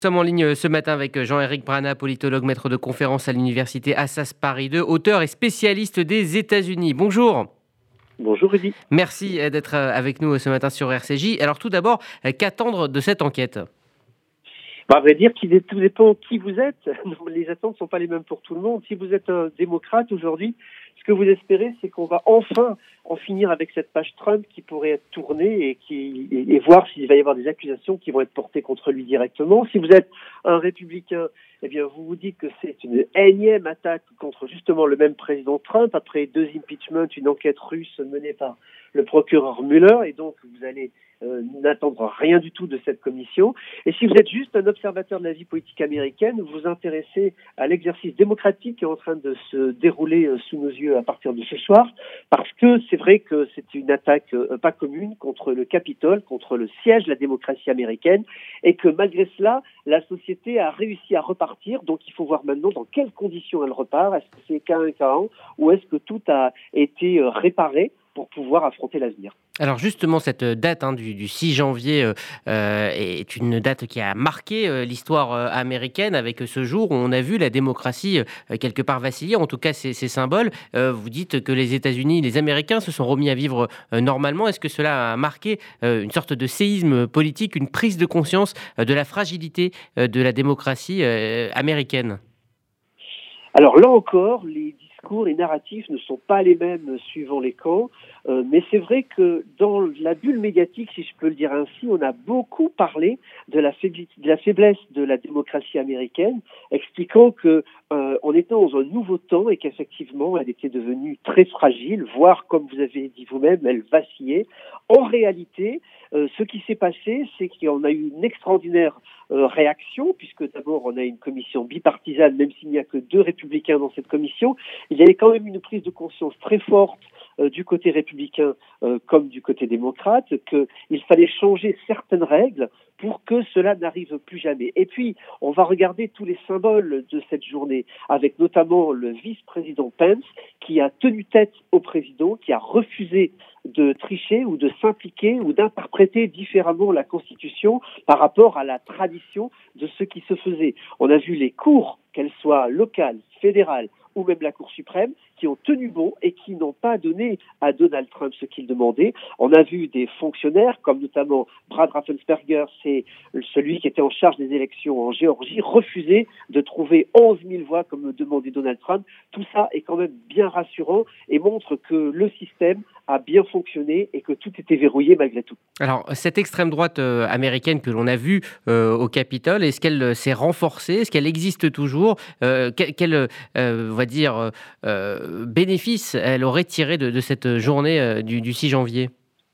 Nous sommes en ligne ce matin avec Jean-Éric Brana, politologue, maître de conférence à l'université Assas Paris 2, auteur et spécialiste des États-Unis. Bonjour. Bonjour Rudy. Merci d'être avec nous ce matin sur RCJ. Alors tout d'abord, qu'attendre de cette enquête? À vrai dire, tout dépend qui vous êtes. Les attentes ne sont pas les mêmes pour tout le monde. Si vous êtes un démocrate aujourd'hui, ce que vous espérez, c'est qu'on va enfin en finir avec cette page Trump qui pourrait être tournée et voir s'il va y avoir des accusations qui vont être portées contre lui directement. Si vous êtes un républicain, eh bien, vous vous dites que c'est une énième attaque contre justement le même président Trump après 2 impeachments, une enquête russe menée par le procureur Mueller, et donc vous allez n'attendre rien du tout de cette commission. Et si vous êtes juste un observateur de la vie politique américaine, vous vous intéressez à l'exercice démocratique qui est en train de se dérouler sous nos yeux à partir de ce soir, parce que c'est vrai que c'est une attaque pas commune contre le Capitole, contre le siège de la démocratie américaine, et que malgré cela, la société a réussi à repartir. Donc il faut voir maintenant dans quelles conditions elle repart. Est-ce que c'est K1, K1, ou est-ce que tout a été réparé pour pouvoir affronter l'avenir? Alors justement, cette date du 6 janvier est une date qui a marqué l'histoire américaine, avec ce jour où on a vu la démocratie quelque part vaciller, en tout cas ses symboles. Vous dites que les États-Unis, les Américains se sont remis à vivre normalement. Est-ce que cela a marqué une sorte de séisme politique, une prise de conscience de la fragilité de la démocratie américaine? Alors là encore, les discours et narratifs ne sont pas les mêmes suivant les camps, mais c'est vrai que dans la bulle médiatique, si je peux le dire ainsi, on a beaucoup parlé de la faiblesse de la démocratie américaine, expliquant que on était dans un nouveau temps et qu'effectivement elle était devenue très fragile, voire, comme vous avez dit vous-même, elle vacillait. En réalité, ce qui s'est passé, c'est qu'on a eu une extraordinaire réaction, puisque d'abord on a une commission bipartisane, même s'il n'y a que 2 républicains dans cette commission. Il y avait quand même une prise de conscience très forte du côté républicain comme du côté démocrate, qu'il fallait changer certaines règles pour que cela n'arrive plus jamais. Et puis, on va regarder tous les symboles de cette journée, avec notamment le vice-président Pence, qui a tenu tête au président, qui a refusé de tricher ou de s'impliquer ou d'interpréter différemment la Constitution par rapport à la tradition de ce qui se faisait. On a vu les cours, qu'elles soient locales, fédérales ou même la Cour suprême, qui ont tenu bon et qui n'ont pas donné à Donald Trump ce qu'il demandait. On a vu des fonctionnaires, comme notamment Brad Raffensperger, c'est celui qui était en charge des élections en Géorgie, refuser de trouver 11 000 voix comme demandait Donald Trump. Tout ça est quand même bien rassurant et montre que le système a bien fonctionné et que tout était verrouillé malgré tout. Alors, cette extrême droite américaine que l'on a vue au Capitole, est-ce qu'elle s'est renforcée? Est-ce qu'elle existe toujours? Quel on va dire, bénéfice elle aurait tiré de cette journée du 6 janvier?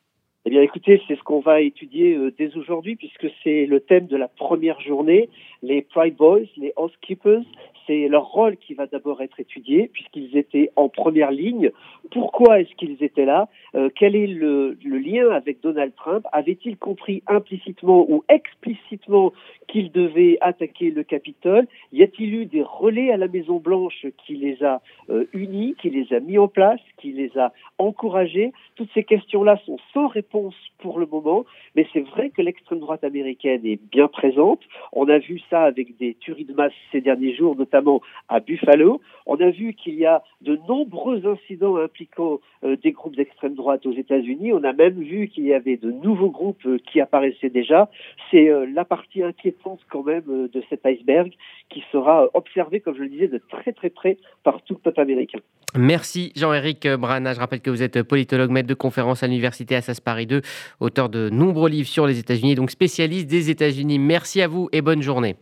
Eh bien, écoutez, c'est ce qu'on va étudier dès aujourd'hui, puisque c'est le thème de la première journée. Les Pride Boys, les Housekeepers, c'est leur rôle qui va d'abord être étudié, puisqu'ils étaient en première ligne. Pourquoi est-ce qu'ils étaient là? Quel est le lien avec Donald Trump? Avait-il compris implicitement ou explicitement qu'il devait attaquer le Capitole? Y a-t-il eu des relais à la Maison-Blanche qui les a unis, qui les a mis en place, qui les a encouragés? Toutes ces questions-là sont sans réponse pour le moment, mais c'est vrai que l'extrême droite américaine est bien présente. On a vu ça avec des tueries de masse ces derniers jours, notamment à Buffalo. On a vu qu'il y a de nombreux incidents impliquant des groupes d'extrême droite aux États-Unis. On a même vu qu'il y avait de nouveaux groupes qui apparaissaient déjà. C'est la partie inquiétante quand même de cet iceberg qui sera observé, comme je le disais, de très très près par tout le peuple américain. Merci Jean-Éric Brana. Je rappelle que vous êtes politologue, maître de conférence à l'université Assas Paris 2, auteur de nombreux livres sur les États-Unis, donc spécialiste des États-Unis. Merci à vous et bonne journée.